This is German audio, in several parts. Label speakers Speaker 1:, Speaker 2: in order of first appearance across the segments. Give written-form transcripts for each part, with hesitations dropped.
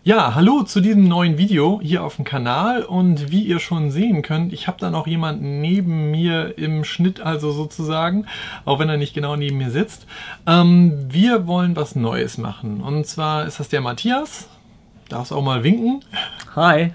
Speaker 1: Ja, hallo zu diesem neuen Video hier auf dem Kanal und wie ihr schon sehen könnt, ich habe da noch jemanden neben mir im Schnitt, also sozusagen, auch wenn er nicht genau neben mir sitzt. Wir wollen was Neues machen und zwar ist das der Matthias, darfst auch mal winken.
Speaker 2: Hi.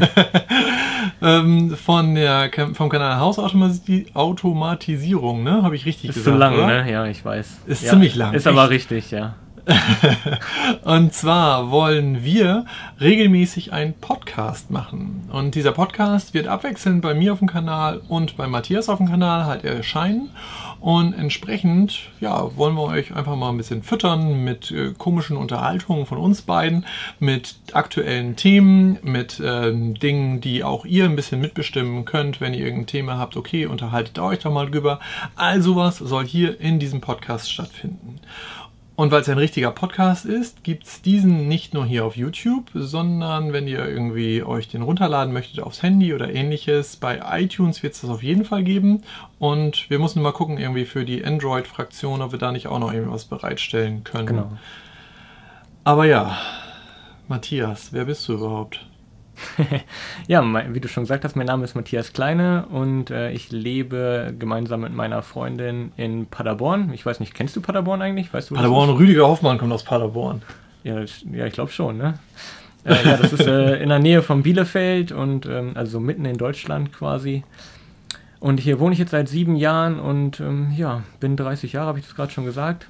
Speaker 1: Vom Kanal Hausautomatisierung, ne? Habe ich richtig
Speaker 2: Ist
Speaker 1: gesagt,
Speaker 2: zu lang,
Speaker 1: oder?
Speaker 2: ne? Ja, ich weiß.
Speaker 1: Ist
Speaker 2: Ja,
Speaker 1: ziemlich lang.
Speaker 2: ist aber richtig, ja.
Speaker 1: Und zwar wollen wir regelmäßig einen Podcast machen. Und dieser Podcast wird abwechselnd bei mir auf dem Kanal und bei Matthias auf dem Kanal halt erscheinen. Und entsprechend, ja, wollen wir euch einfach mal ein bisschen füttern mit komischen Unterhaltungen von uns beiden, mit aktuellen Themen, mit Dingen, die auch ihr ein bisschen mitbestimmen könnt, wenn ihr irgendein Thema habt. Okay, unterhaltet euch doch mal drüber. All sowas soll hier in diesem Podcast stattfinden. Und weil es ein richtiger Podcast ist, gibt es diesen nicht nur hier auf YouTube, sondern wenn ihr irgendwie euch den runterladen möchtet aufs Handy oder ähnliches, bei iTunes wird es das auf jeden Fall geben. Und wir müssen mal gucken, irgendwie für die Android-Fraktion, ob wir da nicht auch noch irgendwas bereitstellen können.
Speaker 2: Genau.
Speaker 1: Aber ja, Matthias, wer bist du überhaupt?
Speaker 2: Ja, wie du schon gesagt hast, mein Name ist Matthias Kleine und ich lebe gemeinsam mit meiner Freundin in Paderborn. Ich weiß nicht, kennst du Paderborn eigentlich? Weißt du,
Speaker 1: Paderborn, Rüdiger Hoffmann kommt aus Paderborn.
Speaker 2: Ja, ich glaube schon, ne? Ja, das ist in der Nähe von Bielefeld und also mitten in Deutschland quasi. Und hier wohne ich jetzt seit 7 Jahren und ja, bin 30 Jahre, habe ich das gerade schon gesagt.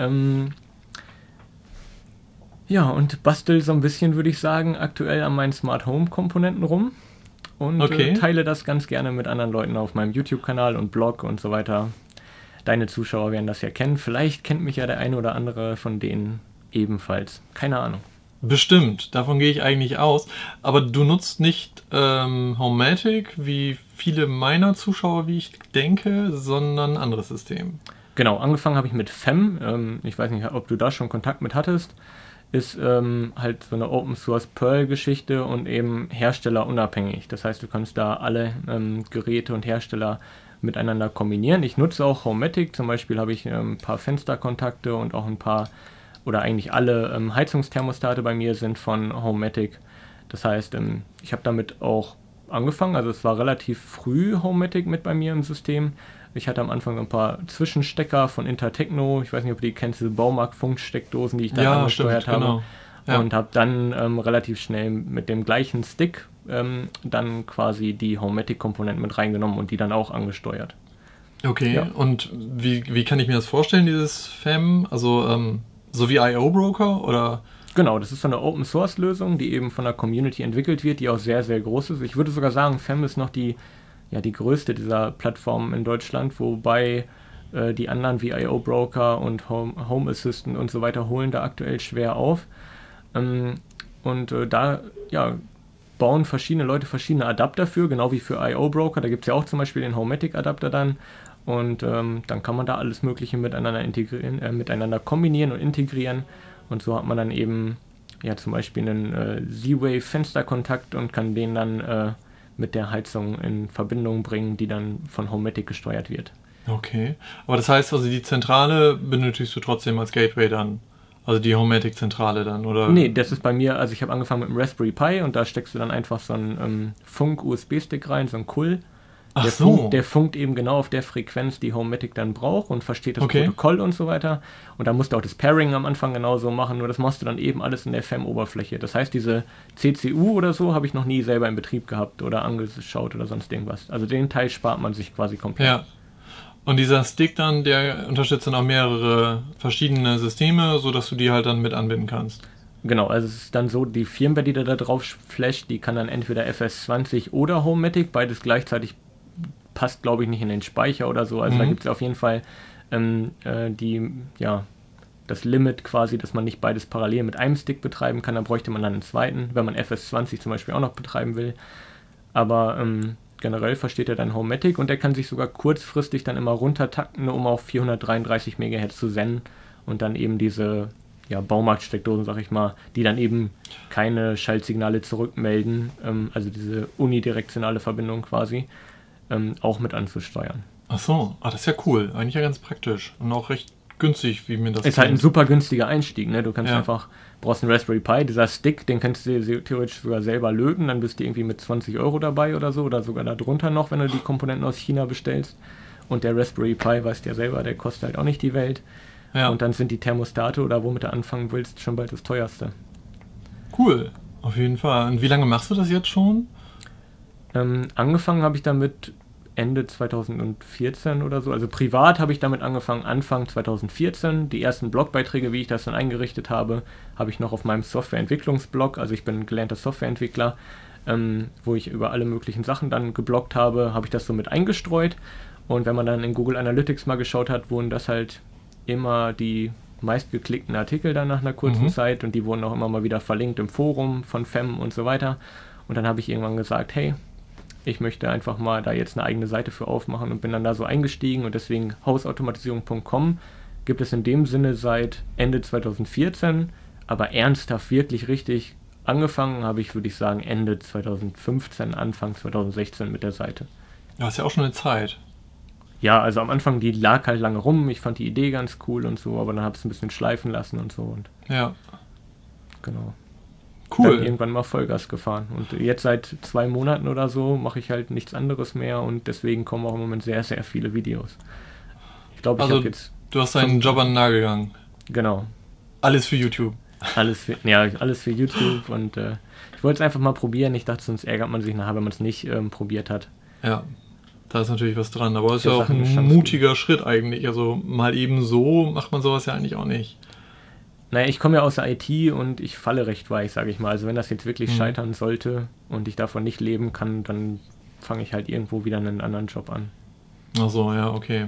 Speaker 2: Ja, und bastel so ein bisschen, würde ich sagen, aktuell an meinen Smart Home Komponenten rum und teile das ganz gerne mit anderen Leuten auf meinem YouTube-Kanal und Blog und so weiter. Deine Zuschauer werden das ja kennen. Vielleicht kennt mich ja der eine oder andere von denen ebenfalls. Keine Ahnung.
Speaker 1: Bestimmt, davon gehe ich eigentlich aus. Aber du nutzt nicht Homematic wie viele meiner Zuschauer, wie ich denke, sondern ein anderes System.
Speaker 2: Genau, angefangen habe ich mit Fem. Ich weiß nicht, ob du da schon Kontakt mit hattest. Ist halt so eine Open Source Perl-Geschichte und eben herstellerunabhängig. Das heißt, du kannst da alle Geräte und Hersteller miteinander kombinieren. Ich nutze auch Homematic, zum Beispiel habe ich ein paar Fensterkontakte und auch ein paar, oder eigentlich alle Heizungsthermostate bei mir sind von Homematic. Das heißt, ich habe damit auch angefangen, also es war relativ früh Homematic mit bei mir im System. Ich hatte am Anfang so ein paar Zwischenstecker von Intertechno, ich weiß nicht, ob du die kennst, diese Baumarkt-Funksteckdosen, die ich dann angesteuert habe.
Speaker 1: Genau. Ja.
Speaker 2: Und habe dann relativ schnell mit dem gleichen Stick dann quasi die Homematic-Komponenten mit reingenommen und die dann auch angesteuert.
Speaker 1: Okay, ja. Und wie kann ich mir das vorstellen, dieses FEM? Also so wie IO Broker oder?
Speaker 2: Genau, das ist so eine Open-Source-Lösung, die eben von der Community entwickelt wird, die auch sehr, sehr groß ist. Ich würde sogar sagen, FEM ist noch die größte dieser Plattformen in Deutschland, wobei die anderen wie IO Broker und Home Assistant und so weiter holen da aktuell schwer auf. Da bauen verschiedene Leute verschiedene Adapter für, genau wie für IO Broker. Da gibt es ja auch zum Beispiel den Homematic Adapter dann. Und dann kann man da alles Mögliche miteinander kombinieren und integrieren. Und so hat man dann eben zum Beispiel einen Z-Wave Fensterkontakt und kann den dann mit der Heizung in Verbindung bringen, die dann von Homematic gesteuert wird.
Speaker 1: Okay, aber das heißt also, die Zentrale benötigst du trotzdem als Gateway dann? Also die Homematic-Zentrale dann, oder?
Speaker 2: Nee, das ist bei mir, also ich habe angefangen mit dem Raspberry Pi und da steckst du dann einfach so einen Funk-USB-Stick rein, so einen CUL. Der funkt eben genau auf der Frequenz, die Homematic dann braucht und versteht das Protokoll und so weiter. Und da musst du auch das Pairing am Anfang genauso machen, nur das machst du dann eben alles in der FEM-Oberfläche. Das heißt, diese CCU oder so habe ich noch nie selber in Betrieb gehabt oder angeschaut oder sonst irgendwas. Also den Teil spart man sich quasi komplett.
Speaker 1: Ja. Und dieser Stick dann, der unterstützt dann auch mehrere verschiedene Systeme, sodass du die halt dann mit anbinden kannst.
Speaker 2: Genau, also es ist dann so, die Firmware, die da drauf flasht, die kann dann entweder FS20 oder Homematic, beides gleichzeitig passt, glaube ich, nicht in den Speicher oder so. Also da gibt es auf jeden Fall das Limit quasi, dass man nicht beides parallel mit einem Stick betreiben kann. Da bräuchte man dann einen zweiten, wenn man FS20 zum Beispiel auch noch betreiben will. Aber generell versteht er dann Homematic und der kann sich sogar kurzfristig dann immer runtertakten, um auf 433 MHz zu senden und dann eben diese Baumarktsteckdosen, sag ich mal, die dann eben keine Schaltsignale zurückmelden, also diese unidirektionale Verbindung quasi, auch mit anzusteuern.
Speaker 1: Ach so, das ist ja cool. Eigentlich ja ganz praktisch und auch recht günstig, wie mir das
Speaker 2: Ist halt ein super günstiger Einstieg, ne? Du kannst
Speaker 1: Ja.
Speaker 2: einfach, brauchst einen Raspberry Pi, dieser Stick, den kannst du dir theoretisch sogar selber löten, dann bist du irgendwie mit 20 Euro dabei oder so, oder sogar darunter noch, wenn du die Komponenten aus China bestellst. Und der Raspberry Pi, weißt ja selber, der kostet halt auch nicht die Welt.
Speaker 1: Ja.
Speaker 2: Und dann sind die Thermostate oder womit du anfangen willst, schon bald das teuerste.
Speaker 1: Cool, auf jeden Fall. Und wie lange machst du das jetzt schon?
Speaker 2: Angefangen habe ich damit Ende 2014 oder so. Also privat habe ich damit angefangen Anfang 2014. Die ersten Blogbeiträge, wie ich das dann eingerichtet habe, habe ich noch auf meinem Softwareentwicklungsblog. Also ich bin gelernter Softwareentwickler, wo ich über alle möglichen Sachen dann gebloggt habe ich das so mit eingestreut. Und wenn man dann in Google Analytics mal geschaut hat, wurden das halt immer die meistgeklickten Artikel dann nach einer kurzen Zeit und die wurden auch immer mal wieder verlinkt im Forum von FEM und so weiter. Und dann habe ich irgendwann gesagt, hey, ich möchte einfach mal da jetzt eine eigene Seite für aufmachen und bin dann da so eingestiegen und deswegen hausautomatisierung.com gibt es in dem Sinne seit Ende 2014, aber ernsthaft wirklich richtig angefangen habe ich, würde ich sagen, Ende 2015, Anfang 2016 mit der Seite.
Speaker 1: Ja, ist ja auch schon eine Zeit.
Speaker 2: Ja, also am Anfang, die lag halt lange rum, ich fand die Idee ganz cool und so, aber dann habe ich es ein bisschen schleifen lassen und so und
Speaker 1: Ja,
Speaker 2: genau.
Speaker 1: cool.
Speaker 2: Dann irgendwann mal Vollgas gefahren. Und jetzt seit 2 Monaten oder so mache ich halt nichts anderes mehr und deswegen kommen auch im Moment sehr, sehr viele Videos. Ich glaube, ich
Speaker 1: Also,
Speaker 2: habe jetzt...
Speaker 1: du hast deinen Job an den Nagel gegangen.
Speaker 2: Genau.
Speaker 1: Alles für YouTube.
Speaker 2: Alles für YouTube und ich wollte es einfach mal probieren. Ich dachte, sonst ärgert man sich nachher, wenn man es nicht probiert hat.
Speaker 1: Ja, da ist natürlich was dran. Aber es ist
Speaker 2: Der
Speaker 1: ja auch
Speaker 2: Sache eine
Speaker 1: ein
Speaker 2: Chance
Speaker 1: mutiger Schritt eigentlich. Also mal eben so macht man sowas ja eigentlich auch nicht.
Speaker 2: Naja, ich komme ja aus der IT und ich falle recht weich, sage ich mal. Also wenn das jetzt wirklich scheitern sollte und ich davon nicht leben kann, dann fange ich halt irgendwo wieder einen anderen Job an.
Speaker 1: Ach so, ja, okay.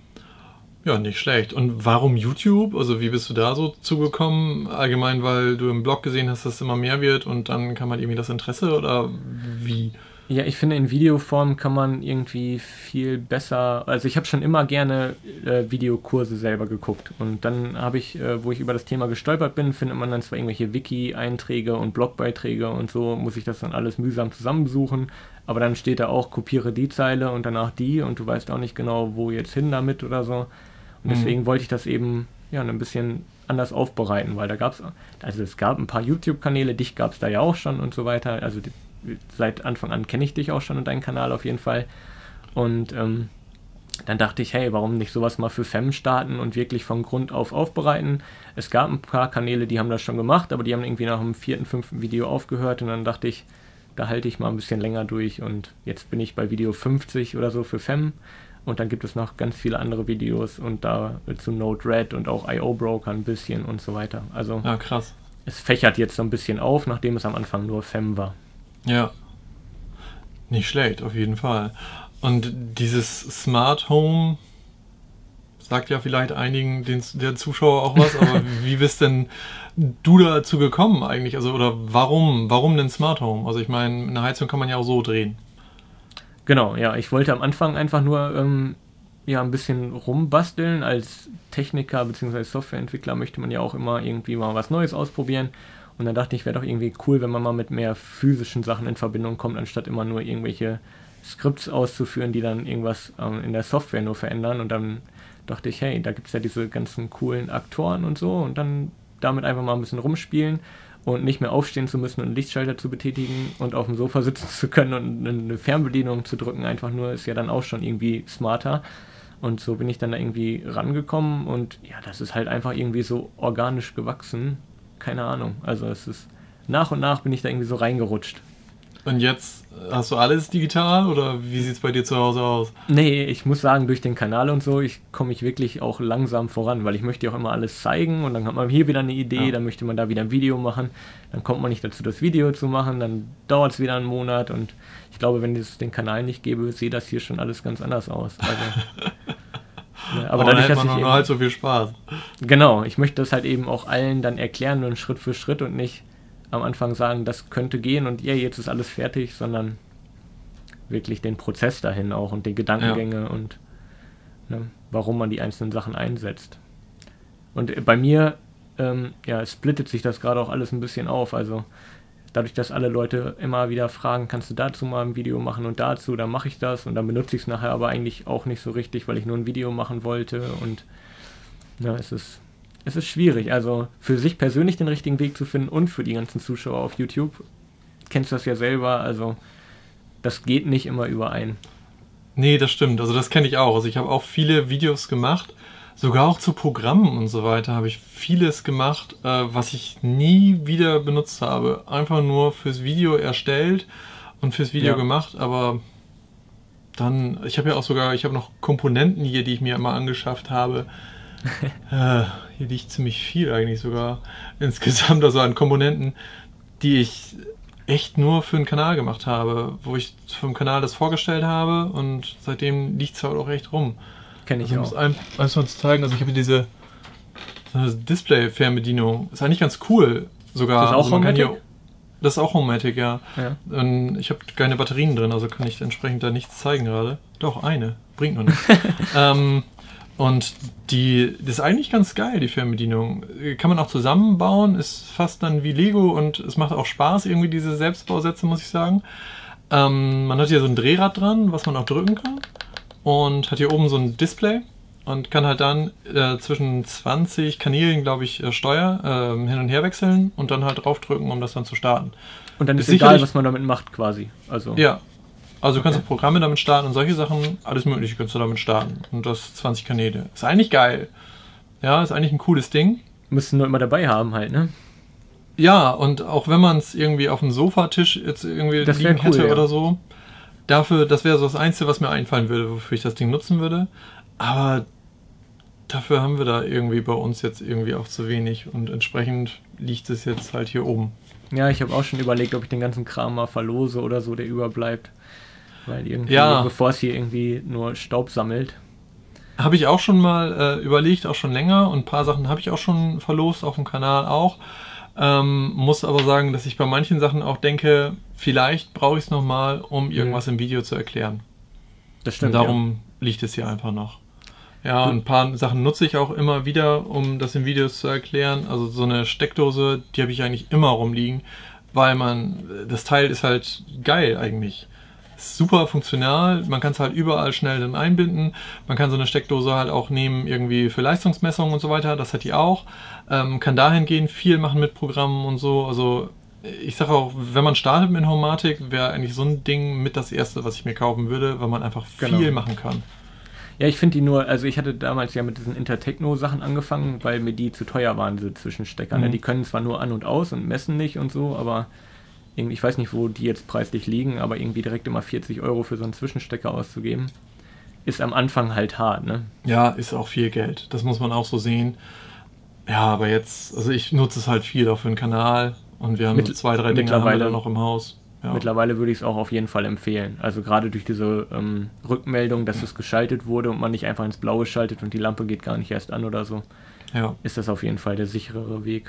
Speaker 1: Ja, nicht schlecht. Und warum YouTube? Also wie bist du da so zugekommen? Allgemein, weil du im Blog gesehen hast, dass es immer mehr wird und dann kam halt irgendwie das Interesse oder wie?
Speaker 2: Ja, ich finde, in Videoform kann man irgendwie viel besser, also ich habe schon immer gerne Videokurse selber geguckt und dann habe ich, wo ich über das Thema gestolpert bin, findet man dann zwar irgendwelche Wiki-Einträge und Blogbeiträge und so, muss ich das dann alles mühsam zusammensuchen, aber dann steht da auch, kopiere die Zeile und danach die und du weißt auch nicht genau, wo jetzt hin damit oder so und deswegen wollte ich das eben ja ein bisschen anders aufbereiten, weil es gab ein paar YouTube-Kanäle, dich gab es da ja auch schon und so weiter, also seit Anfang an kenne ich dich auch schon und deinen Kanal auf jeden Fall. Und dann dachte ich, hey, warum nicht sowas mal für FEM starten und wirklich von Grund auf aufbereiten? Es gab ein paar Kanäle, die haben das schon gemacht, aber die haben irgendwie nach dem 4., 5. Video aufgehört und dann dachte ich, da halte ich mal ein bisschen länger durch und jetzt bin ich bei Video 50 oder so für FEM und dann gibt es noch ganz viele andere Videos und da zu Node-RED und auch IO-Broker ein bisschen und so weiter. Also
Speaker 1: Ja, krass.
Speaker 2: es fächert jetzt so ein bisschen auf, nachdem es am Anfang nur FEM war.
Speaker 1: Ja. Nicht schlecht, auf jeden Fall. Und dieses Smart Home sagt ja vielleicht einigen der Zuschauer auch was, aber wie bist denn du dazu gekommen eigentlich? Also, oder warum denn Smart Home? Also ich meine, eine Heizung kann man ja auch so drehen.
Speaker 2: Genau, ja, ich wollte am Anfang einfach nur ein bisschen rumbasteln. Als Techniker bzw. Softwareentwickler möchte man ja auch immer irgendwie mal was Neues ausprobieren. Und dann dachte ich, wäre doch irgendwie cool, wenn man mal mit mehr physischen Sachen in Verbindung kommt, anstatt immer nur irgendwelche Skripts auszuführen, die dann irgendwas in der Software nur verändern. Und dann dachte ich, hey, da gibt es ja diese ganzen coolen Aktoren und so und dann damit einfach mal ein bisschen rumspielen und nicht mehr aufstehen zu müssen und einen Lichtschalter zu betätigen und auf dem Sofa sitzen zu können und eine Fernbedienung zu drücken, einfach nur, ist ja dann auch schon irgendwie smarter. Und so bin ich dann da irgendwie rangekommen und ja, das ist halt einfach irgendwie so organisch gewachsen. Keine Ahnung. Also es ist nach und nach bin ich da irgendwie so reingerutscht.
Speaker 1: Und jetzt hast du alles digital oder wie sieht es bei dir zu Hause aus?
Speaker 2: Nee, ich muss sagen, durch den Kanal und so, komme ich wirklich auch langsam voran, weil ich möchte ja auch immer alles zeigen und dann hat man hier wieder eine Idee, dann möchte man da wieder ein Video machen, dann kommt man nicht dazu, das Video zu machen, dann dauert es wieder einen Monat und ich glaube, wenn es den Kanal nicht gäbe, sieht das hier schon alles ganz anders aus. Also, ja, aber dadurch,
Speaker 1: dann
Speaker 2: dass
Speaker 1: hat man
Speaker 2: ich
Speaker 1: noch halt so viel Spaß.
Speaker 2: Genau, ich möchte das halt eben auch allen dann erklären und Schritt für Schritt und nicht am Anfang sagen, das könnte gehen und jetzt ist alles fertig, sondern wirklich den Prozess dahin auch und die Gedankengänge und warum man die einzelnen Sachen einsetzt. Und bei mir splittet sich das gerade auch alles ein bisschen auf, also dadurch, dass alle Leute immer wieder fragen, kannst du dazu mal ein Video machen und dazu, dann mache ich das und dann benutze ich es nachher aber eigentlich auch nicht so richtig, weil ich nur ein Video machen wollte und Ja, es ist schwierig. Also für sich persönlich den richtigen Weg zu finden und für die ganzen Zuschauer auf YouTube. Kennst du das ja selber, also das geht nicht immer überein.
Speaker 1: Nee, das stimmt. Also das kenne ich auch. Also ich habe auch viele Videos gemacht, sogar auch zu Programmen und so weiter habe ich vieles gemacht, was ich nie wieder benutzt habe. Einfach nur fürs Video erstellt und fürs Video gemacht, aber dann, ich habe noch Komponenten hier, die ich mir immer angeschafft habe. Hier liegt ziemlich viel eigentlich sogar insgesamt, also an Komponenten, die ich echt nur für den Kanal gemacht habe, wo ich vom Kanal das vorgestellt habe und seitdem liegt es halt auch echt rum.
Speaker 2: Kenne ich auch.
Speaker 1: Um es mal zu zeigen, also ich habe hier so eine Display-Fernbedienung. Ist eigentlich ganz cool sogar.
Speaker 2: Ist das auch Homematic?
Speaker 1: Das ist auch Homematic, ja.
Speaker 2: Ja.
Speaker 1: Ich habe keine Batterien drin, also kann ich entsprechend da nichts zeigen gerade. Doch, eine. Bringt noch nicht. Und das ist eigentlich ganz geil, die Fernbedienung. Kann man auch zusammenbauen, ist fast dann wie Lego und es macht auch Spaß, irgendwie diese Selbstbausätze, muss ich sagen. Man hat hier so ein Drehrad dran, was man auch drücken kann. Und hat hier oben so ein Display und kann halt dann zwischen 20 Kanälen, glaube ich, Steuer hin und her wechseln und dann halt draufdrücken, um das dann zu starten.
Speaker 2: Und dann ist egal, was man damit macht quasi.
Speaker 1: Ja. Also du kannst auch Programme damit starten und solche Sachen, alles mögliche kannst du damit starten. Und das 20 Kanäle. Ist eigentlich geil. Ja, ist eigentlich ein cooles Ding.
Speaker 2: Müssen nur immer dabei haben halt, ne?
Speaker 1: Ja, und auch wenn man es irgendwie auf dem Sofatisch jetzt irgendwie
Speaker 2: das
Speaker 1: liegen
Speaker 2: cool,
Speaker 1: hätte
Speaker 2: ja.
Speaker 1: oder so, das wäre so das Einzige, was mir einfallen würde, wofür ich das Ding nutzen würde. Aber dafür haben wir da irgendwie bei uns jetzt irgendwie auch zu wenig und entsprechend liegt es jetzt halt hier oben.
Speaker 2: Ja, ich habe auch schon überlegt, ob ich den ganzen Kram mal verlose oder so, der überbleibt. Weil irgendwie, bevor es hier irgendwie nur Staub sammelt.
Speaker 1: Habe ich auch schon mal überlegt, auch schon länger. Und ein paar Sachen habe ich auch schon verlost, auf dem Kanal auch. Muss aber sagen, dass ich bei manchen Sachen auch denke, vielleicht brauche ich es nochmal, um irgendwas im Video zu erklären.
Speaker 2: Das stimmt,
Speaker 1: und darum liegt es hier einfach noch. Ja, und ein paar Sachen nutze ich auch immer wieder, um das in Videos zu erklären. Also so eine Steckdose, die habe ich eigentlich immer rumliegen, weil das Teil ist halt geil eigentlich. Ist super funktional, man kann es halt überall schnell dann einbinden. Man kann so eine Steckdose halt auch nehmen, irgendwie für Leistungsmessungen und so weiter, das hat die auch. Kann dahingehend viel machen mit Programmen und so. Also ich sage auch, wenn man startet mit Homematic, wäre eigentlich so ein Ding mit das erste, was ich mir kaufen würde, weil man einfach viel machen kann.
Speaker 2: Ja, ich finde die nur, also ich hatte damals ja mit diesen Intertechno-Sachen angefangen, weil mir die zu teuer waren, diese Zwischenstecker. Die können zwar nur an und aus und messen nicht und so, aber ich weiß nicht, wo die jetzt preislich liegen, aber irgendwie direkt immer 40 € für so einen Zwischenstecker auszugeben, ist am Anfang halt hart, ne?
Speaker 1: Ja, ist auch viel Geld. Das muss man auch so sehen. Ja, aber jetzt, also ich nutze es halt viel auch für den Kanal und wir haben so 2, 3 Dinge haben wir da noch im Haus. Ja.
Speaker 2: Mittlerweile würde ich es auch auf jeden Fall empfehlen. Also gerade durch diese Rückmeldung, dass es geschaltet wurde und man nicht einfach ins Blaue schaltet und die Lampe geht gar nicht erst an oder so, ist das auf jeden Fall der sicherere Weg.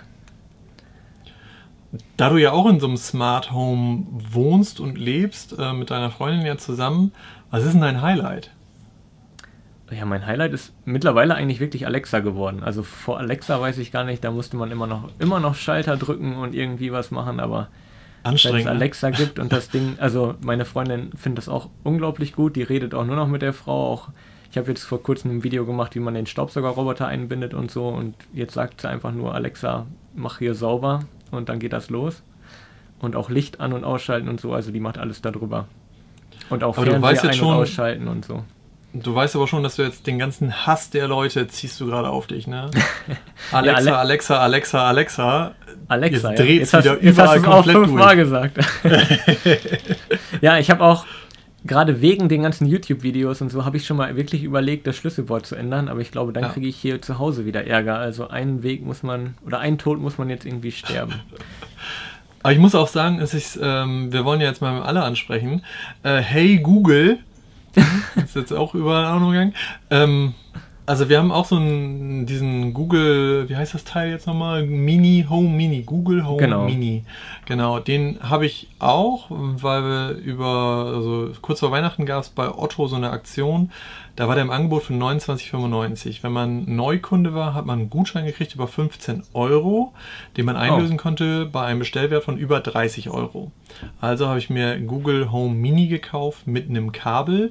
Speaker 1: Da du ja auch in so einem Smart Home wohnst und lebst, mit deiner Freundin ja zusammen, was ist denn dein Highlight?
Speaker 2: Ja, mein Highlight ist mittlerweile eigentlich wirklich Alexa geworden. Also vor Alexa weiß ich gar nicht, da musste man immer noch Schalter drücken und irgendwie was machen, aber
Speaker 1: anstrengend,
Speaker 2: wenn es Alexa gibt und das Ding, also meine Freundin findet das auch unglaublich gut, die redet auch nur noch mit der Frau, auch ich habe jetzt vor kurzem ein Video gemacht, wie man den Staubsaugerroboter einbindet und so und jetzt sagt sie einfach nur, Alexa, mach hier sauber und dann geht das los und auch Licht an- und ausschalten und so, also die macht alles darüber und auch Fernseher ein- und ausschalten und so.
Speaker 1: Du weißt aber schon, dass du jetzt den ganzen Hass der Leute ziehst du gerade auf dich, ne? Alexa, ja, Alexa, Alexa, Alexa.
Speaker 2: Alexa,
Speaker 1: jetzt dreht
Speaker 2: es
Speaker 1: wieder überall komplett durch.
Speaker 2: Mal gesagt. Ja, ich habe auch gerade wegen den ganzen YouTube-Videos und so habe ich schon mal wirklich überlegt, das Schlüsselwort zu ändern, aber ich glaube, dann kriege ich hier zu Hause wieder Ärger. Also einen Tod muss man jetzt irgendwie sterben.
Speaker 1: Aber ich muss auch sagen, wir wollen ja jetzt mal alle ansprechen. Hey Google, das ist jetzt auch überall gegangen. Also wir haben auch so diesen Google, wie heißt das Teil jetzt nochmal? Home Mini, Google Home Mini. Genau, den habe ich auch, weil wir kurz vor Weihnachten gab es bei Otto so eine Aktion, da war der im Angebot für 29,95 €. Wenn man Neukunde war, hat man einen Gutschein gekriegt über 15 €, den man einlösen konnte bei einem Bestellwert von über 30 €. Also habe ich mir Google Home Mini gekauft mit einem Kabel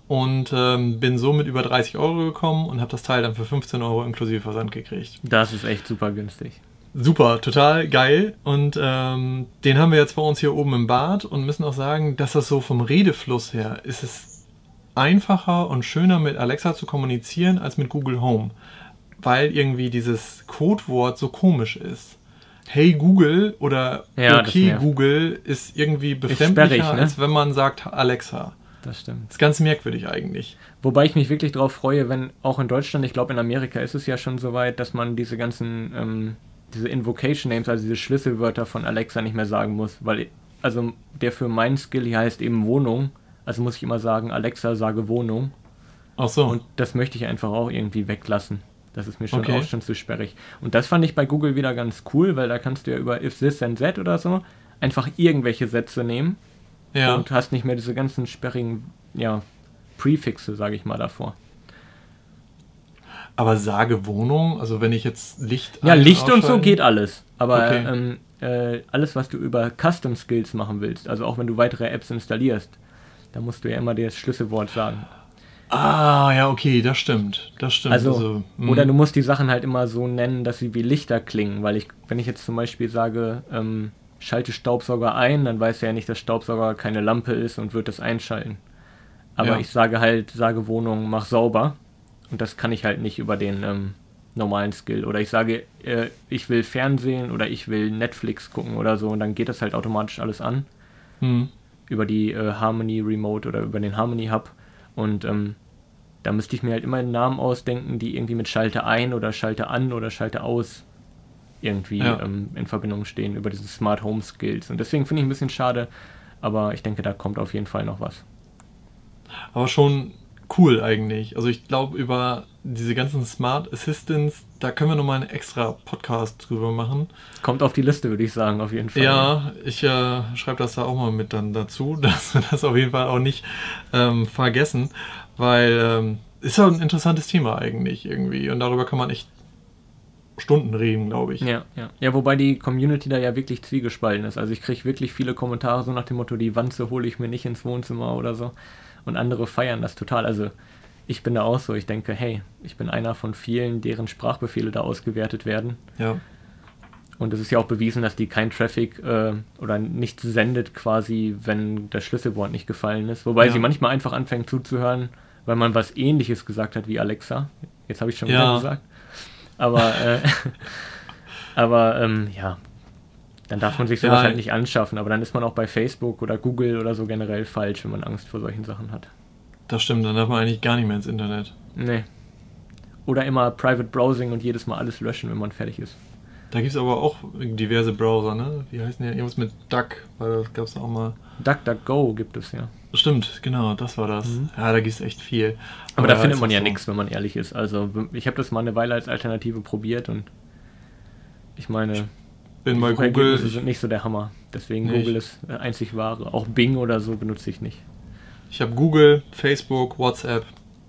Speaker 1: und bin so mit über 30 Euro gekommen und habe das Teil dann für 15 Euro inklusive Versand gekriegt.
Speaker 2: Das ist echt super günstig.
Speaker 1: Super, total geil. Und den haben wir jetzt bei uns hier oben im Bad und müssen auch sagen, dass das so vom Redefluss her ist es einfacher und schöner mit Alexa zu kommunizieren als mit Google Home, weil irgendwie dieses Codewort so komisch ist. Hey Google oder
Speaker 2: Ja,
Speaker 1: okay Google ist irgendwie befremdlicher,
Speaker 2: sperrig, ne?
Speaker 1: als wenn man sagt Alexa.
Speaker 2: Das stimmt.
Speaker 1: Das ist ganz merkwürdig eigentlich.
Speaker 2: Wobei ich mich wirklich darauf freue, wenn auch in Deutschland, ich glaube in Amerika ist es ja schon so weit, dass man diese ganzen diese Invocation Names, also diese Schlüsselwörter von Alexa nicht mehr sagen muss, weil also der für meinen Skill hier heißt eben Wohnung, also muss ich immer sagen, Alexa, sage Wohnung.
Speaker 1: Ach so.
Speaker 2: Und das möchte ich einfach auch irgendwie weglassen. Das ist mir schon
Speaker 1: Okay.
Speaker 2: auch schon zu sperrig. Und das fand ich bei Google wieder ganz cool, weil da kannst du ja über if this then that oder so einfach irgendwelche Sätze nehmen
Speaker 1: Ja.
Speaker 2: und hast nicht mehr diese ganzen sperrigen, ja, Prefixe, sage ich mal, davor.
Speaker 1: Aber sage Wohnung, also wenn ich jetzt Licht
Speaker 2: Ja,
Speaker 1: ein-
Speaker 2: Licht und so
Speaker 1: ausschalten-
Speaker 2: geht alles. Aber
Speaker 1: Okay.
Speaker 2: alles, was du über Custom Skills machen willst, also auch wenn du weitere Apps installierst, da musst du ja immer das Schlüsselwort sagen.
Speaker 1: Ah, ja, okay, das stimmt. Das stimmt.
Speaker 2: Also, oder du musst die Sachen halt immer so nennen, dass sie wie Lichter klingen, weil wenn ich jetzt zum Beispiel sage, schalte Staubsauger ein, dann weiß er ja nicht, dass Staubsauger keine Lampe ist und wird das einschalten. Aber
Speaker 1: Ja.
Speaker 2: ich sage Wohnung, mach sauber, und das kann ich halt nicht über den normalen Skill. Oder ich sage, ich will Fernsehen oder ich will Netflix gucken oder so, und dann geht das halt automatisch alles an über die Harmony Remote oder über den Harmony Hub. Und da müsste ich mir halt immer einen Namen ausdenken, die irgendwie mit Schalte ein oder Schalte an oder Schalte aus irgendwie in Verbindung stehen über diese Smart Home Skills. Und deswegen finde ich ein bisschen schade, aber ich denke, da kommt auf jeden Fall noch was.
Speaker 1: Aber schon cool eigentlich. Also ich glaube, über diese ganzen Smart Assistants, da können wir nochmal einen extra Podcast drüber machen.
Speaker 2: Kommt auf die Liste, würde ich sagen, auf jeden Fall.
Speaker 1: Ja, ich schreibe das da auch mal mit dann dazu, dass wir das auf jeden Fall auch nicht vergessen, weil ist ja ein interessantes Thema eigentlich irgendwie und darüber kann man echt Stunden reden, glaube ich.
Speaker 2: Ja. Ja, wobei die Community da ja wirklich zwiegespalten ist. Also ich kriege wirklich viele Kommentare so nach dem Motto, die Wanze hole ich mir nicht ins Wohnzimmer oder so. Und andere feiern das total. Also ich bin da auch so. Ich denke, hey, ich bin einer von vielen, deren Sprachbefehle da ausgewertet werden.
Speaker 1: Ja.
Speaker 2: Und es ist ja auch bewiesen, dass die kein Traffic oder nichts sendet quasi, wenn das Schlüsselwort nicht gefallen ist. Wobei sie manchmal einfach anfängt zuzuhören, weil man was Ähnliches gesagt hat wie Alexa. Jetzt habe ich schon wieder gesagt. Aber ja, dann darf man sich sowas halt nicht anschaffen. Aber dann ist man auch bei Facebook oder Google oder so generell falsch, wenn man Angst vor solchen Sachen hat.
Speaker 1: Das stimmt, dann darf man eigentlich gar nicht mehr ins Internet.
Speaker 2: Nee. Oder immer Private Browsing und jedes Mal alles löschen, wenn man fertig ist.
Speaker 1: Da gibt es aber auch diverse Browser, ne? Wie heißen die? Irgendwas mit Duck, weil das gab es auch mal.
Speaker 2: DuckDuckGo gibt es, ja.
Speaker 1: Stimmt, genau, das war das. Ja, da gibt es echt viel.
Speaker 2: Aber da findet man ja nichts, wenn man ehrlich ist. Also ich habe das mal eine Weile als Alternative probiert und ich meine,
Speaker 1: bin bei Google
Speaker 2: sind nicht so der Hammer. Deswegen
Speaker 1: Nee,
Speaker 2: Google ist einzig wahre. Auch Bing oder so benutze ich nicht.
Speaker 1: Ich habe Google, Facebook, WhatsApp.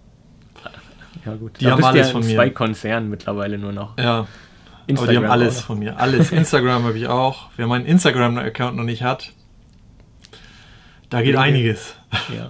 Speaker 2: Ja gut.
Speaker 1: Die
Speaker 2: Da
Speaker 1: haben
Speaker 2: bist
Speaker 1: alles
Speaker 2: ja
Speaker 1: von
Speaker 2: in
Speaker 1: mir.
Speaker 2: 2 Konzernen mittlerweile nur noch.
Speaker 1: Ja,
Speaker 2: Instagram
Speaker 1: aber die haben alles
Speaker 2: auch noch.
Speaker 1: von mir. Alles. Instagram habe ich auch. Wer meinen Instagram-Account noch nicht hat, da geht
Speaker 2: Linke.
Speaker 1: einiges.
Speaker 2: Ja.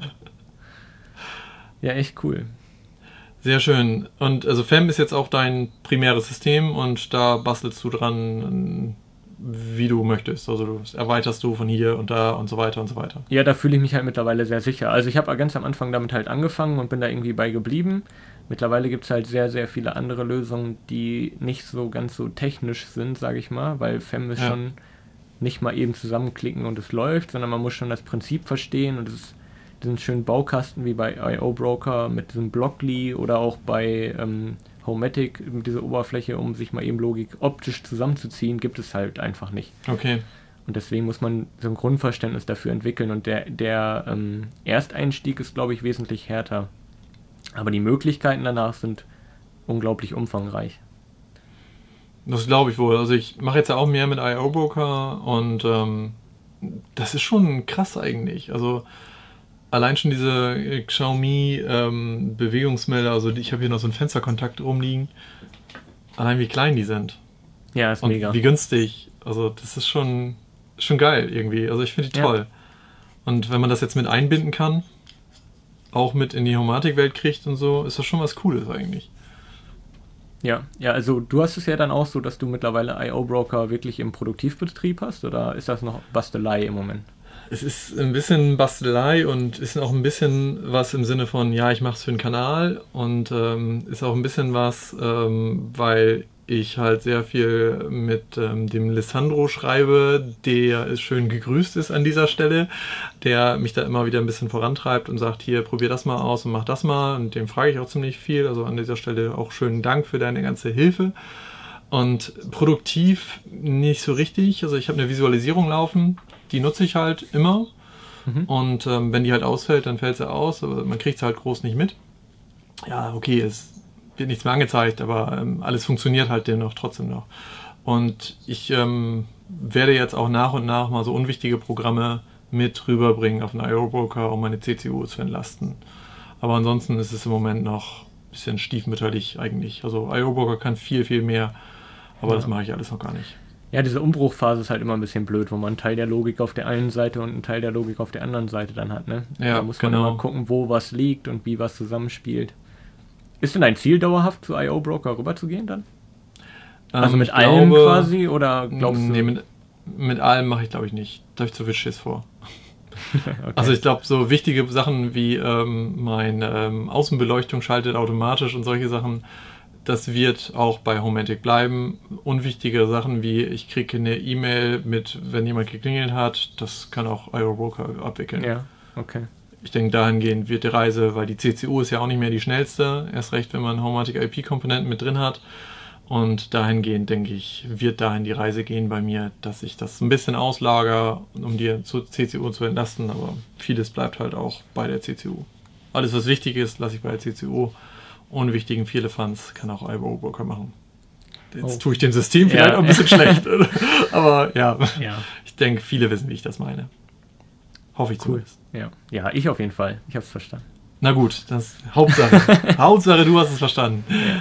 Speaker 2: Ja, echt cool.
Speaker 1: Sehr schön. Und also FEM ist jetzt auch dein primäres System und da bastelst du dran, wie du möchtest. Also das erweiterst du von hier und da und so weiter und so weiter.
Speaker 2: Ja, da fühle ich mich halt mittlerweile sehr sicher. Also ich habe ganz am Anfang damit halt angefangen und bin da irgendwie bei geblieben. Mittlerweile gibt es halt sehr, sehr viele andere Lösungen, die nicht so ganz so technisch sind, sage ich mal, weil FEM ist schon nicht mal eben zusammenklicken und es läuft, sondern man muss schon das Prinzip verstehen und es ist diesen schönen Baukasten wie bei I.O. Broker mit diesem Blockly oder auch bei Homematic mit dieser Oberfläche, um sich mal eben Logik optisch zusammenzuziehen, gibt es halt einfach nicht.
Speaker 1: Okay.
Speaker 2: Und deswegen muss man so ein Grundverständnis dafür entwickeln und der Ersteinstieg ist, glaube ich, wesentlich härter. Aber die Möglichkeiten danach sind unglaublich umfangreich.
Speaker 1: Das glaube ich wohl. Also ich mache jetzt ja auch mehr mit I.O. Broker und das ist schon krass eigentlich. Also allein schon diese Xiaomi Bewegungsmelder, also ich habe hier noch so einen Fensterkontakt rumliegen. Allein wie klein die sind.
Speaker 2: Ja, ist
Speaker 1: Und
Speaker 2: mega.
Speaker 1: wie günstig. Also das ist schon geil irgendwie. Also ich finde die toll. Und wenn man das jetzt mit einbinden kann, auch mit in die Homematic-Welt kriegt und so, ist das schon was Cooles eigentlich.
Speaker 2: Ja, also du hast es ja dann auch so, dass du mittlerweile I.O. Broker wirklich im Produktivbetrieb hast, oder ist das noch Bastelei im Moment?
Speaker 1: Es ist ein bisschen Bastelei und ist auch ein bisschen was im Sinne von, ja, ich mache es für den Kanal und ist auch ein bisschen was, weil ich halt sehr viel mit dem Lissandro schreibe, der ist schön gegrüßt ist an dieser Stelle, der mich da immer wieder ein bisschen vorantreibt und sagt, hier, probier das mal aus und mach das mal, und dem frage ich auch ziemlich viel, also an dieser Stelle auch schönen Dank für deine ganze Hilfe. Und produktiv nicht so richtig, also ich habe eine Visualisierung laufen, die nutze ich halt immer, und wenn die halt ausfällt, dann fällt sie aus, aber man kriegt sie halt groß nicht mit. Ja, okay, es wird nichts mehr angezeigt, aber alles funktioniert halt dennoch trotzdem noch. Und ich werde jetzt auch nach und nach mal so unwichtige Programme mit rüberbringen auf den I.O. Broker, um meine CCU zu entlasten. Aber ansonsten ist es im Moment noch ein bisschen stiefmütterlich eigentlich. Also I.O. Broker kann viel, viel mehr, aber das mache ich alles noch gar nicht.
Speaker 2: Ja, diese Umbruchphase ist halt immer ein bisschen blöd, wo man einen Teil der Logik auf der einen Seite und einen Teil der Logik auf der anderen Seite dann hat, ne?
Speaker 1: Ja,
Speaker 2: da muss man immer gucken, wo was liegt und wie was zusammenspielt. Ist denn dein Ziel dauerhaft zu I.O. Broker rüberzugehen dann? Also mit allem quasi, oder glaubst du?
Speaker 1: Nee, mit allem mache ich glaube ich nicht. Da habe ich zu viel Schiss vor.
Speaker 2: Okay.
Speaker 1: Also ich glaube, so wichtige Sachen wie meine Außenbeleuchtung schaltet automatisch und solche Sachen, das wird auch bei Homematic bleiben. Unwichtige Sachen wie, ich kriege eine E-Mail mit, wenn jemand geklingelt hat, das kann auch I.O. Broker abwickeln.
Speaker 2: Ja, okay.
Speaker 1: Ich denke, dahingehend wird die Reise, weil die CCU ist ja auch nicht mehr die schnellste, erst recht, wenn man Homematic IP-Komponenten mit drin hat. Und dahingehend, denke ich, wird dahin die Reise gehen bei mir, dass ich das ein bisschen auslager, um die CCU zu entlasten, aber vieles bleibt halt auch bei der CCU. Alles, was wichtig ist, lasse ich bei der CCU. Unwichtigen Firlefanz kann auch I.O. Broker machen. Jetzt tue ich dem System vielleicht auch ein bisschen schlecht. Aber ja, ich denke, viele wissen, wie ich das meine. Hoffe ich zumindest.
Speaker 2: Ja, ich auf jeden Fall. Ich habe es verstanden.
Speaker 1: Na gut, das ist Hauptsache. Hauptsache, du hast es verstanden.
Speaker 2: Ja.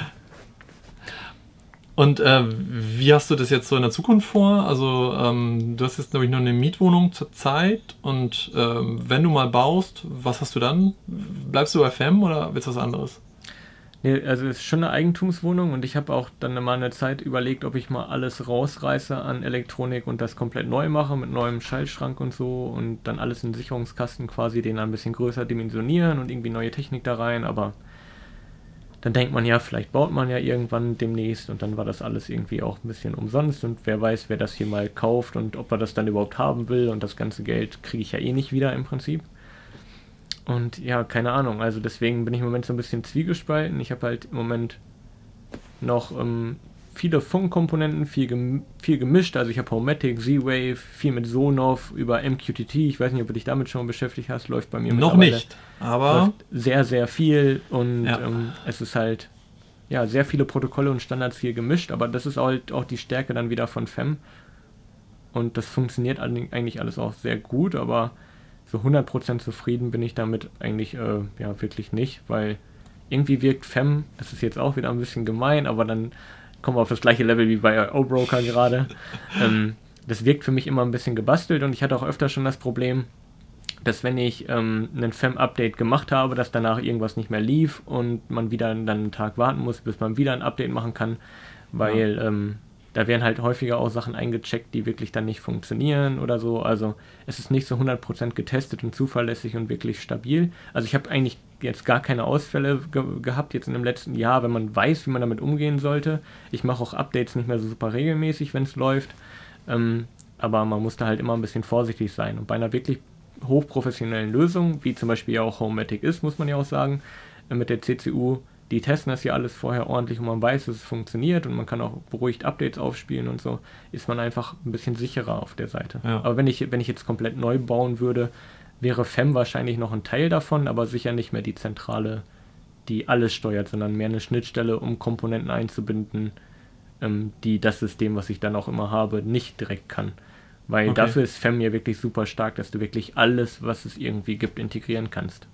Speaker 1: Und wie hast du das jetzt so in der Zukunft vor? Also du hast jetzt, glaube ich, noch eine Mietwohnung zur Zeit. Und wenn du mal baust, was hast du dann? Bleibst du bei FEM oder willst du was anderes?
Speaker 2: Nee, also es ist schon eine Eigentumswohnung, und ich habe auch dann mal eine Zeit überlegt, ob ich mal alles rausreiße an Elektronik und das komplett neu mache mit neuem Schaltschrank und so, und dann alles in Sicherungskasten quasi, den ein bisschen größer dimensionieren und irgendwie neue Technik da rein, aber dann denkt man ja, vielleicht baut man ja irgendwann demnächst, und dann war das alles irgendwie auch ein bisschen umsonst, und wer weiß, wer das hier mal kauft und ob er das dann überhaupt haben will, und das ganze Geld kriege ich ja eh nicht wieder im Prinzip. Und ja, keine Ahnung, also deswegen bin ich im Moment so ein bisschen zwiegespalten. Ich habe halt im Moment noch viele Funkkomponenten, viel gemischt. Also ich habe Homematic, Z-Wave, viel mit Sonos über MQTT. Ich weiß nicht, ob du dich damit schon beschäftigt hast. Läuft bei mir
Speaker 1: noch nicht, aber
Speaker 2: läuft sehr, sehr viel. Und es ist halt sehr viele Protokolle und Standards viel gemischt. Aber das ist halt auch die Stärke dann wieder von FEM. Und das funktioniert eigentlich alles auch sehr gut, aber so 100% zufrieden bin ich damit eigentlich wirklich nicht, weil irgendwie wirkt FEM, das ist jetzt auch wieder ein bisschen gemein, aber dann kommen wir auf das gleiche Level wie bei I.O. Broker gerade. Das wirkt für mich immer ein bisschen gebastelt, und ich hatte auch öfter schon das Problem, dass wenn ich ein FEM-Update gemacht habe, dass danach irgendwas nicht mehr lief und man wieder dann einen Tag warten muss, bis man wieder ein Update machen kann, weil da werden halt häufiger auch Sachen eingecheckt, die wirklich dann nicht funktionieren oder so. Also es ist nicht so 100% getestet und zuverlässig und wirklich stabil. Also ich habe eigentlich jetzt gar keine Ausfälle gehabt jetzt in dem letzten Jahr, wenn man weiß, wie man damit umgehen sollte. Ich mache auch Updates nicht mehr so super regelmäßig, wenn es läuft. Aber man muss da halt immer ein bisschen vorsichtig sein. Und bei einer wirklich hochprofessionellen Lösung, wie zum Beispiel ja auch Homematic ist, muss man ja auch sagen, mit der CCU, die testen das ja alles vorher ordentlich und man weiß, dass es funktioniert, und man kann auch beruhigt Updates aufspielen und so, ist man einfach ein bisschen sicherer auf der Seite. Ja. Aber wenn ich jetzt komplett neu bauen würde, wäre FEM wahrscheinlich noch ein Teil davon, aber sicher nicht mehr die Zentrale, die alles steuert, sondern mehr eine Schnittstelle, um Komponenten einzubinden, die das System, was ich dann auch immer habe, nicht direkt kann. Weil dafür ist FEM ja wirklich super stark, dass du wirklich alles, was es irgendwie gibt, integrieren kannst.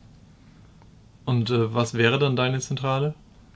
Speaker 1: Und was wäre dann deine Zentrale?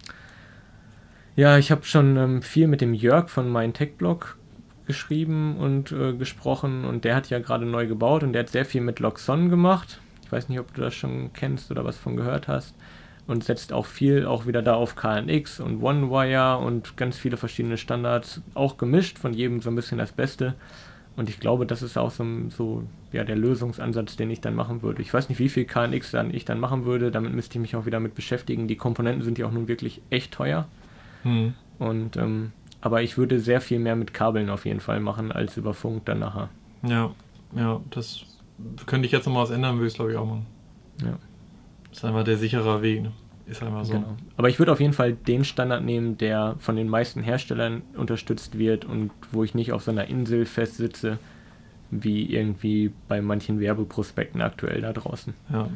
Speaker 2: Ja, ich habe schon viel mit dem Jörg von meinem Tech-Blog geschrieben und gesprochen, und der hat ja gerade neu gebaut und der hat sehr viel mit Loxon gemacht. Ich weiß nicht, ob du das schon kennst oder was von gehört hast. Und setzt auch viel auch wieder da auf KNX und OneWire und ganz viele verschiedene Standards, auch gemischt, von jedem so ein bisschen das Beste. Und ich glaube, das ist auch so der Lösungsansatz, den ich dann machen würde. Ich weiß nicht, wie viel KNX ich dann machen würde, damit müsste ich mich auch wieder mit beschäftigen. Die Komponenten sind ja auch nun wirklich echt teuer. Und aber ich würde sehr viel mehr mit Kabeln auf jeden Fall machen, als über Funk dann nachher.
Speaker 1: Ja, das könnte ich jetzt nochmal was ändern, würde ich es glaube ich auch machen.
Speaker 2: Ja.
Speaker 1: Das ist einfach der sichere Weg, ne? Ist einfach so.
Speaker 2: Genau. Aber ich würde auf jeden Fall den Standard nehmen, der von den meisten Herstellern unterstützt wird und wo ich nicht auf so einer Insel festsitze, wie irgendwie bei manchen Werbeprospekten aktuell da draußen.
Speaker 1: Ja.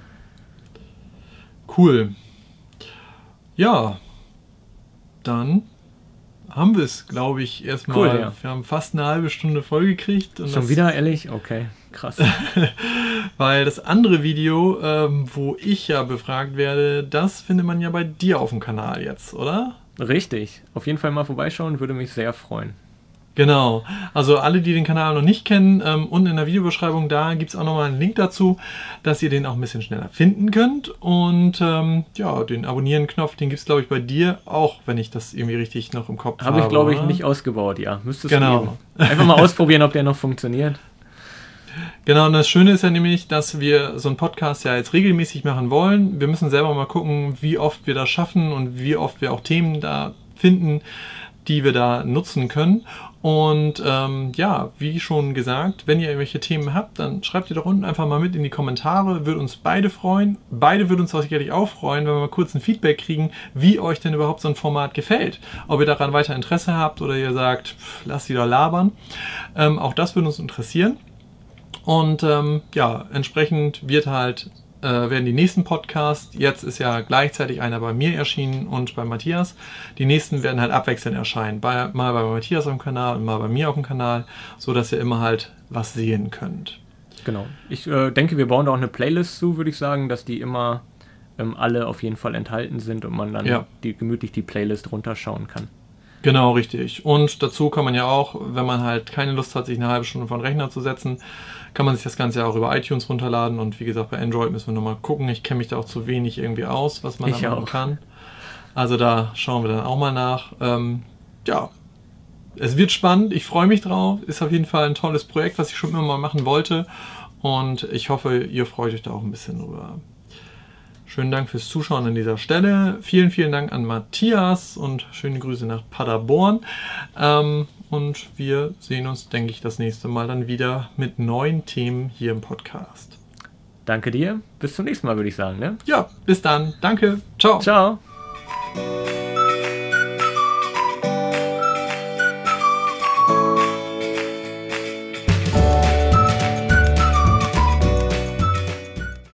Speaker 1: Cool. Ja, dann haben wir es, glaube ich, erstmal.
Speaker 2: Cool, ja.
Speaker 1: Wir haben fast eine halbe Stunde vollgekriegt.
Speaker 2: Schon wieder, ehrlich? Okay, krass.
Speaker 1: Weil das andere Video, wo ich ja befragt werde, das findet man ja bei dir auf dem Kanal jetzt, oder?
Speaker 2: Richtig. Auf jeden Fall mal vorbeischauen, würde mich sehr freuen.
Speaker 1: Genau. Also alle, die den Kanal noch nicht kennen, unten in der Videobeschreibung, da gibt es auch nochmal einen Link dazu, dass ihr den auch ein bisschen schneller finden könnt. Und den Abonnieren-Knopf, den gibt es, glaube ich, bei dir auch, wenn ich das irgendwie richtig noch im Kopf habe.
Speaker 2: Habe ich, glaube ich, nicht ausgebaut, ja. Müsstest
Speaker 1: du
Speaker 2: geben. Einfach mal ausprobieren, ob der noch funktioniert.
Speaker 1: Genau, und das Schöne ist ja nämlich, dass wir so einen Podcast ja jetzt regelmäßig machen wollen. Wir müssen selber mal gucken, wie oft wir das schaffen und wie oft wir auch Themen da finden, die wir da nutzen können. Und wie schon gesagt, wenn ihr irgendwelche Themen habt, dann schreibt ihr doch unten einfach mal mit in die Kommentare. Würde uns beide freuen. Beide würden uns auch sicherlich auch freuen, wenn wir mal kurz ein Feedback kriegen, wie euch denn überhaupt so ein Format gefällt. Ob ihr daran weiter Interesse habt oder ihr sagt, lasst die doch labern. Auch das würde uns interessieren. Und entsprechend werden die nächsten Podcasts, jetzt ist ja gleichzeitig einer bei mir erschienen und bei Matthias, die nächsten werden halt abwechselnd erscheinen, mal bei Matthias auf dem Kanal und mal bei mir auf dem Kanal, so dass ihr immer halt was sehen könnt.
Speaker 2: Genau, ich denke, wir bauen da auch eine Playlist zu, würde ich sagen, dass die immer alle auf jeden Fall enthalten sind und man dann gemütlich die Playlist runterschauen kann.
Speaker 1: Genau, richtig. Und dazu kann man ja auch, wenn man halt keine Lust hat, sich eine halbe Stunde vor den Rechner zu setzen, kann man sich das Ganze ja auch über iTunes runterladen. Und wie gesagt, bei Android müssen wir nochmal gucken. Ich kenne mich da auch zu wenig irgendwie aus, was man da machen kann. Also da schauen wir dann auch mal nach. Es wird spannend. Ich freue mich drauf. Ist auf jeden Fall ein tolles Projekt, was ich schon immer mal machen wollte. Und ich hoffe, ihr freut euch da auch ein bisschen drüber. Schönen Dank fürs Zuschauen an dieser Stelle. Vielen, vielen Dank an Matthias und schöne Grüße nach Paderborn. Und wir sehen uns, denke ich, das nächste Mal dann wieder mit neuen Themen hier im Podcast.
Speaker 2: Danke dir. Bis zum nächsten Mal, würde ich sagen. Ne?
Speaker 1: Ja, bis dann. Danke. Ciao.
Speaker 2: Ciao.